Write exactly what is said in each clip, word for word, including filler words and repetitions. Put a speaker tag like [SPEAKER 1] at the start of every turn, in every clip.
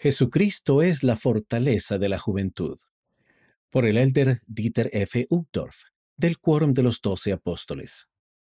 [SPEAKER 1] Jesucristo es la fortaleza de la juventud. Por el elder Dieter F. Uchtdorf, del Quórum de los Doce Apóstoles.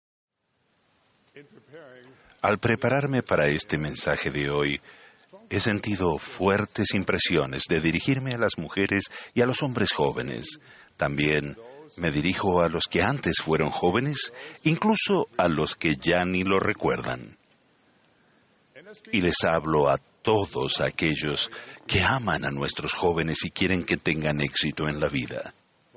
[SPEAKER 2] Al prepararme para este mensaje de hoy, he sentido fuertes impresiones de dirigirme a las mujeres y a los hombres jóvenes. También me dirijo a los que antes fueron jóvenes, incluso a los que ya ni lo recuerdan. Y les hablo a todos aquellos que aman a nuestros jóvenes y quieren que tengan éxito en la vida.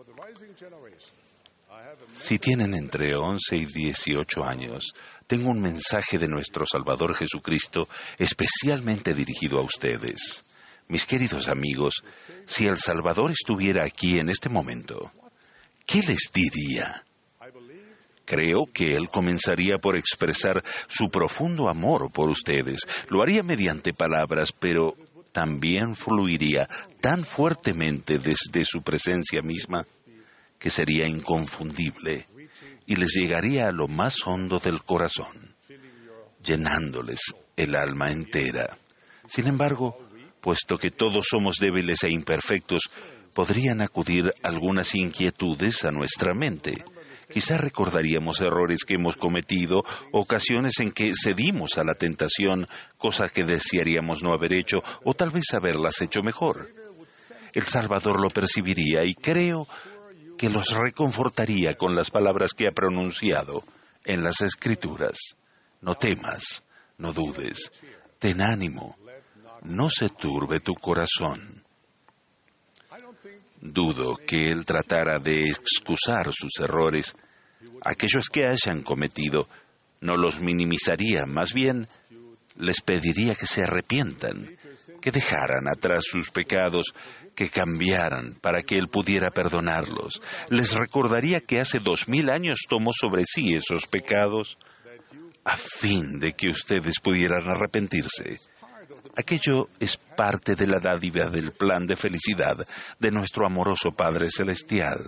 [SPEAKER 2] Si tienen entre once y dieciocho años, tengo un mensaje de nuestro Salvador Jesucristo especialmente dirigido a ustedes. Mis queridos amigos, si el Salvador estuviera aquí en este momento, ¿qué les diría? Creo que Él comenzaría por expresar su profundo amor por ustedes. Lo haría mediante palabras, pero también fluiría tan fuertemente desde su presencia misma que sería inconfundible y les llegaría a lo más hondo del corazón, llenándoles el alma entera. Sin embargo, puesto que todos somos débiles e imperfectos, podrían acudir algunas inquietudes a nuestra mente. Quizá recordaríamos errores que hemos cometido, ocasiones en que cedimos a la tentación, cosas que desearíamos no haber hecho o tal vez haberlas hecho mejor. El Salvador lo percibiría y creo que los reconfortaría con las palabras que ha pronunciado en las Escrituras. No temas, no dudes, ten ánimo, no se turbe tu corazón. Dudo que Él tratara de excusar sus errores. Aquellos que hayan cometido no los minimizaría, más bien les pediría que se arrepientan, que dejaran atrás sus pecados, que cambiaran para que Él pudiera perdonarlos. Les recordaría que hace dos mil años tomó sobre sí esos pecados a fin de que ustedes pudieran arrepentirse. Aquello es parte de la dádiva del plan de felicidad de nuestro amoroso Padre Celestial.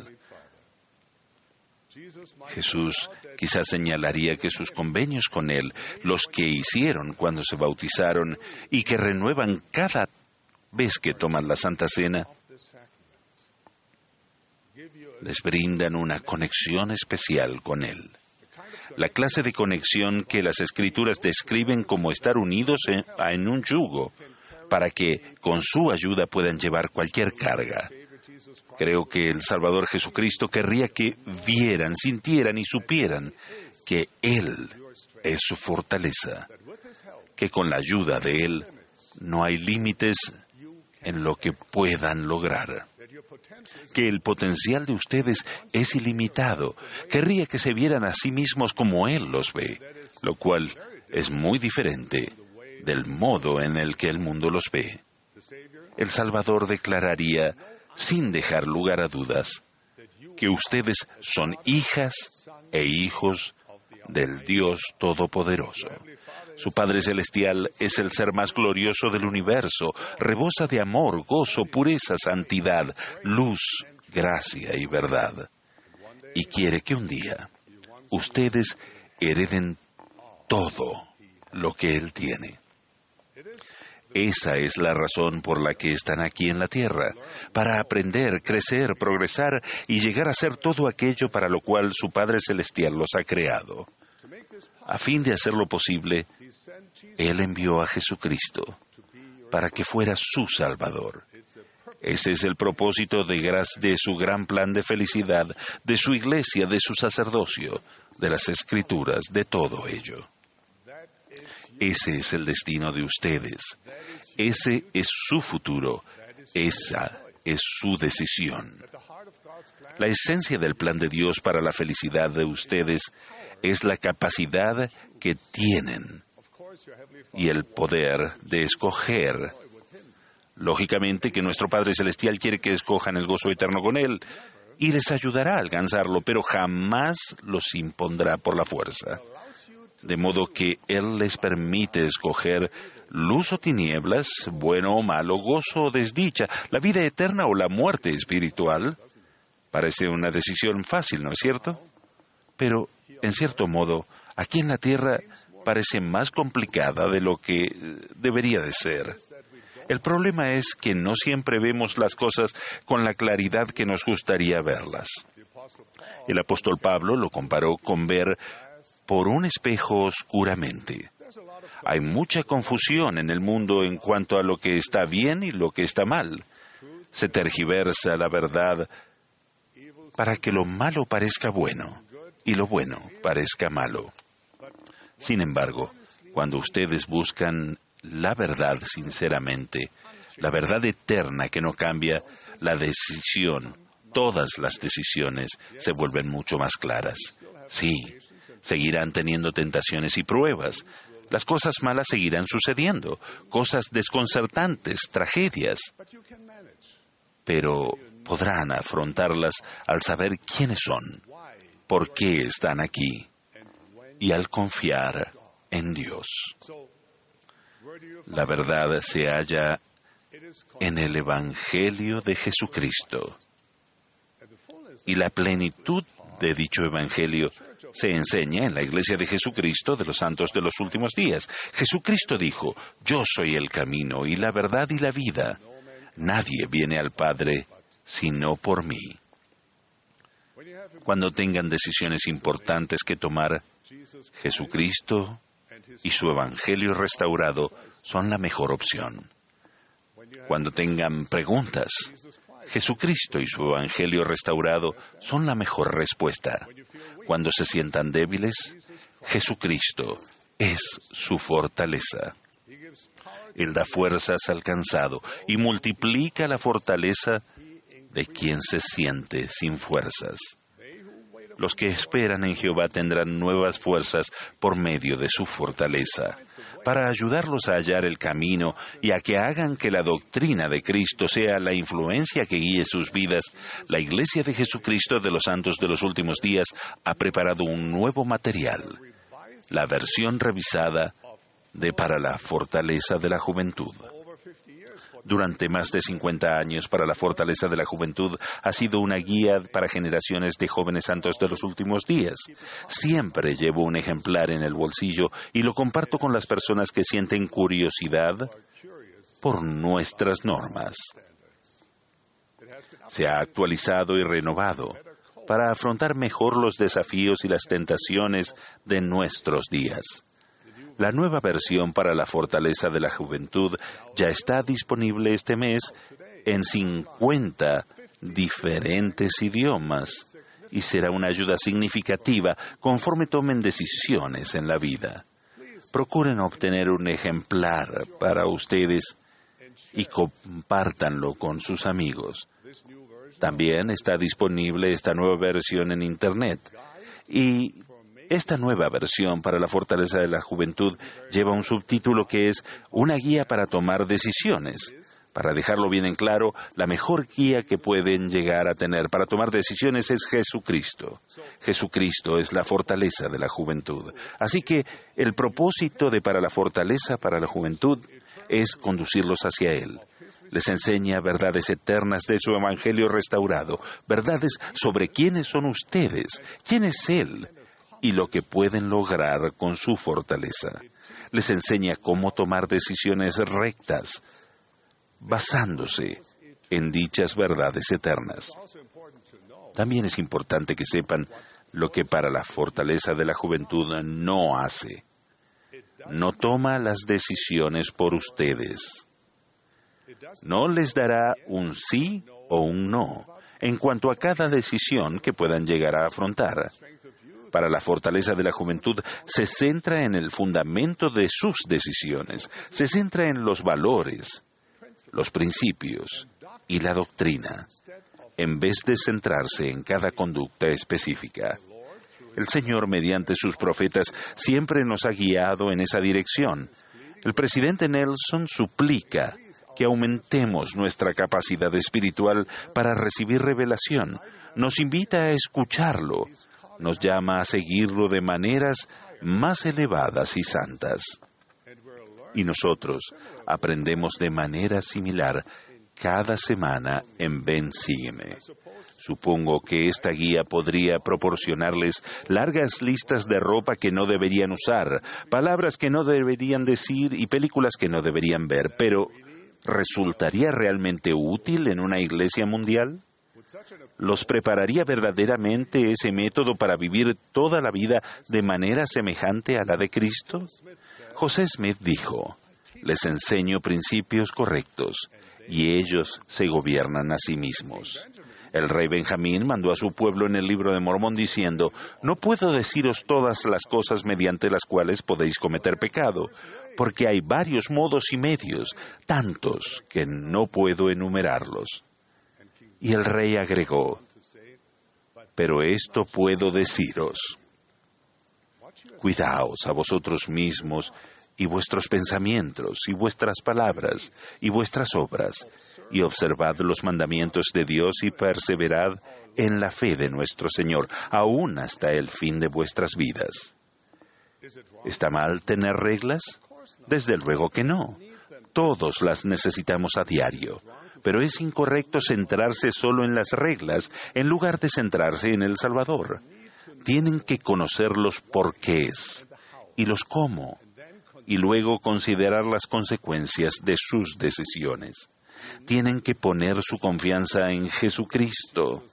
[SPEAKER 2] Jesús quizás señalaría que sus convenios con Él, los que hicieron cuando se bautizaron y que renuevan cada vez que toman la Santa Cena, les brindan una conexión especial con Él. La clase de conexión que las Escrituras describen como estar unidos en, en un yugo, para que con su ayuda puedan llevar cualquier carga. Creo que el Salvador Jesucristo querría que vieran, sintieran y supieran que Él es su fortaleza, que con la ayuda de Él no hay límites en lo que puedan lograr, que el potencial de ustedes es ilimitado. Querría que se vieran a sí mismos como Él los ve, lo cual es muy diferente del modo en el que el mundo los ve. El Salvador declararía, sin dejar lugar a dudas, que ustedes son hijas e hijos del Dios Todopoderoso. Su Padre Celestial es el ser más glorioso del universo, rebosa de amor, gozo, pureza, santidad, luz, gracia y verdad. Y quiere que un día ustedes hereden todo lo que Él tiene. Esa es la razón por la que están aquí en la tierra, para aprender, crecer, progresar y llegar a ser todo aquello para lo cual su Padre Celestial los ha creado. A fin de hacerlo posible, Él envió a Jesucristo para que fuera su Salvador. Ese es el propósito de, gra- de su gran plan de felicidad, de su iglesia, de su sacerdocio, de las Escrituras, de todo ello. Ese es el destino de ustedes. Ese es su futuro. Esa es su decisión. La esencia del plan de Dios para la felicidad de ustedes es la capacidad que tienen y el poder de escoger. Lógicamente que nuestro Padre Celestial quiere que escojan el gozo eterno con Él y les ayudará a alcanzarlo, pero jamás los impondrá por la fuerza. De modo que Él les permite escoger luz o tinieblas, bueno o malo, gozo o desdicha, la vida eterna o la muerte espiritual. Parece una decisión fácil, ¿no es cierto? Pero, en cierto modo, aquí en la tierra parece más complicada de lo que debería de ser. El problema es que no siempre vemos las cosas con la claridad que nos gustaría verlas. El apóstol Pablo lo comparó con ver por un espejo oscuramente. Hay mucha confusión en el mundo en cuanto a lo que está bien y lo que está mal. Se tergiversa la verdad para que lo malo parezca bueno y lo bueno parezca malo. Sin embargo, cuando ustedes buscan la verdad sinceramente, la verdad eterna que no cambia, la decisión, todas las decisiones se vuelven mucho más claras. Sí, seguirán teniendo tentaciones y pruebas. Las cosas malas seguirán sucediendo, cosas desconcertantes, tragedias. Pero podrán afrontarlas al saber quiénes son, por qué están aquí y al confiar en Dios. La verdad se halla en el Evangelio de Jesucristo. Y la plenitud de dicho Evangelio se enseña en la Iglesia de Jesucristo de los santos de los últimos días. Jesucristo dijo: yo soy el camino y la verdad y la vida. Nadie viene al Padre sino por mí. Cuando tengan decisiones importantes que tomar, Jesucristo y su Evangelio restaurado son la mejor opción. Cuando tengan preguntas, Jesucristo y su Evangelio restaurado son la mejor respuesta. Cuando se sientan débiles, Jesucristo es su fortaleza. Él da fuerzas al cansado y multiplica la fortaleza de quien se siente sin fuerzas. Los que esperan en Jehová tendrán nuevas fuerzas por medio de su fortaleza. Para ayudarlos a hallar el camino y a que hagan que la doctrina de Cristo sea la influencia que guíe sus vidas, la Iglesia de Jesucristo de los Santos de los Últimos Días ha preparado un nuevo material, la versión revisada de Para la Fortaleza de la Juventud. Durante más de cincuenta años, Para la Fortaleza de la Juventud ha sido una guía para generaciones de jóvenes santos de los últimos días. Siempre llevo un ejemplar en el bolsillo y lo comparto con las personas que sienten curiosidad por nuestras normas. Se ha actualizado y renovado para afrontar mejor los desafíos y las tentaciones de nuestros días. La nueva versión para la Fortaleza de la Juventud ya está disponible este mes en cincuenta diferentes idiomas y será una ayuda significativa conforme tomen decisiones en la vida. Procuren obtener un ejemplar para ustedes y compártanlo con sus amigos. También está disponible esta nueva versión en Internet y esta nueva versión para la Fortaleza de la Juventud lleva un subtítulo que es Una guía para tomar decisiones. Para dejarlo bien en claro, la mejor guía que pueden llegar a tener para tomar decisiones es Jesucristo. Jesucristo es la fortaleza de la juventud. Así que el propósito de Para la Fortaleza para la Juventud es conducirlos hacia Él. Les enseña verdades eternas de su Evangelio restaurado, verdades sobre quiénes son ustedes, quién es Él, y lo que pueden lograr con su fortaleza. Les enseña cómo tomar decisiones rectas, basándose en dichas verdades eternas. También es importante que sepan lo que Para la Fortaleza de la Juventud no hace. No toma las decisiones por ustedes. No les dará un sí o un no en cuanto a cada decisión que puedan llegar a afrontar. Para la Fortaleza de la Juventud se centra en el fundamento de sus decisiones, se centra en los valores, los principios y la doctrina, en vez de centrarse en cada conducta específica. El Señor, mediante sus profetas, siempre nos ha guiado en esa dirección. El presidente Nelson suplica que aumentemos nuestra capacidad espiritual para recibir revelación. Nos invita a escucharlo. Nos llama a seguirlo de maneras más elevadas y santas. Y nosotros aprendemos de manera similar cada semana en Ven, Sígueme. Supongo que esta guía podría proporcionarles largas listas de ropa que no deberían usar, palabras que no deberían decir y películas que no deberían ver, pero ¿Resultaría realmente útil en una iglesia mundial? ¿Los prepararía verdaderamente ese método para vivir toda la vida de manera semejante a la de Cristo? José Smith dijo, les enseño principios correctos y ellos se gobiernan a sí mismos. El rey Benjamín mandó a su pueblo en el libro de Mormón diciendo, no puedo deciros todas las cosas mediante las cuales podéis cometer pecado, porque hay varios modos y medios, tantos que no puedo enumerarlos. Y el rey agregó, pero esto puedo deciros, cuidaos a vosotros mismos y vuestros pensamientos, y vuestras palabras, y vuestras obras, y observad los mandamientos de Dios y perseverad en la fe de nuestro Señor, aún hasta el fin de vuestras vidas. ¿Está mal tener reglas? Desde luego que no. Todos las necesitamos a diario. Pero es incorrecto centrarse solo en las reglas, en lugar de centrarse en el Salvador. Tienen que conocer los porqués y los cómo, y luego considerar las consecuencias de sus decisiones. Tienen que poner su confianza en Jesucristo.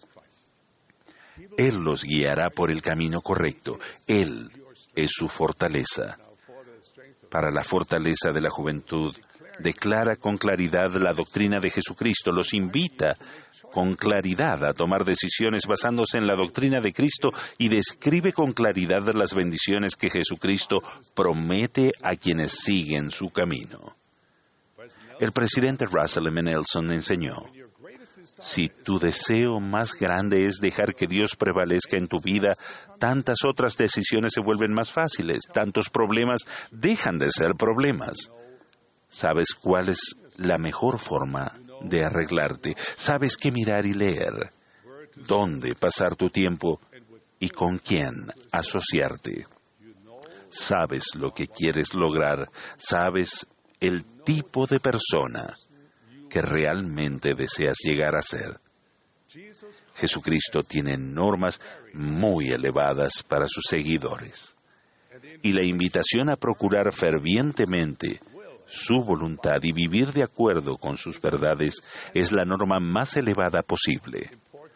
[SPEAKER 2] Él los guiará por el camino correcto. Él es su fortaleza. Para la fortaleza de la juventud, declara con claridad la doctrina de Jesucristo, los invita con claridad a tomar decisiones basándose en la doctrina de Cristo y describe con claridad las bendiciones que Jesucristo promete a quienes siguen su camino. El presidente Russell M. Nelson enseñó, si tu deseo más grande es dejar que Dios prevalezca en tu vida, tantas otras decisiones se vuelven más fáciles, tantos problemas dejan de ser problemas. ¿Sabes cuál es la mejor forma de arreglarte? ¿Sabes qué mirar y leer? ¿Dónde pasar tu tiempo? ¿Y con quién asociarte? ¿Sabes lo que quieres lograr? ¿Sabes el tipo de persona que realmente deseas llegar a ser? Jesucristo tiene normas muy elevadas para sus seguidores. Y la invitación a procurar fervientemente su voluntad y vivir de acuerdo con sus verdades es la norma más elevada posible.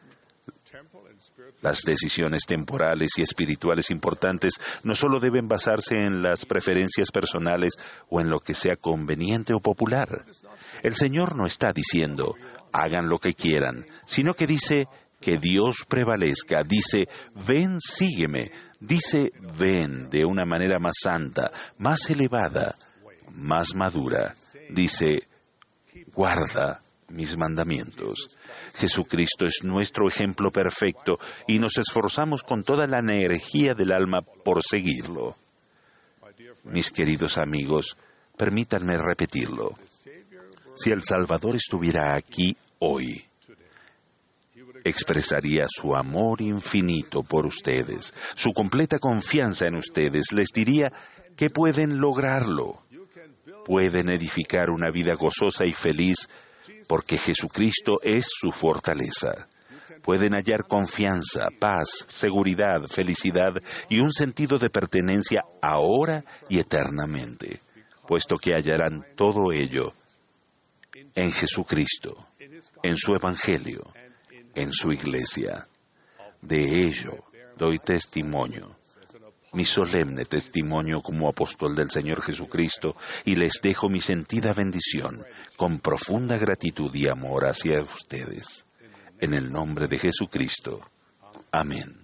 [SPEAKER 2] Las decisiones temporales y espirituales importantes no solo deben basarse en las preferencias personales o en lo que sea conveniente o popular. El Señor no está diciendo, hagan lo que quieran, sino que dice que Dios prevalezca, dice, ven, sígueme, dice, ven de una manera más santa, más elevada, más madura, dice, guarda mis mandamientos. Jesucristo es nuestro ejemplo perfecto y nos esforzamos con toda la energía del alma por seguirlo. Mis queridos amigos, permítanme repetirlo. Si el Salvador estuviera aquí hoy, expresaría su amor infinito por ustedes, su completa confianza en ustedes, les diría que pueden lograrlo. Pueden edificar una vida gozosa y feliz porque Jesucristo es su fortaleza. Pueden hallar confianza, paz, seguridad, felicidad y un sentido de pertenencia ahora y eternamente, puesto que hallarán todo ello en Jesucristo, en su Evangelio, en su Iglesia. De ello doy testimonio, mi solemne testimonio como apóstol del Señor Jesucristo, y les dejo mi sentida bendición, con profunda gratitud y amor hacia ustedes. En el nombre de Jesucristo. Amén.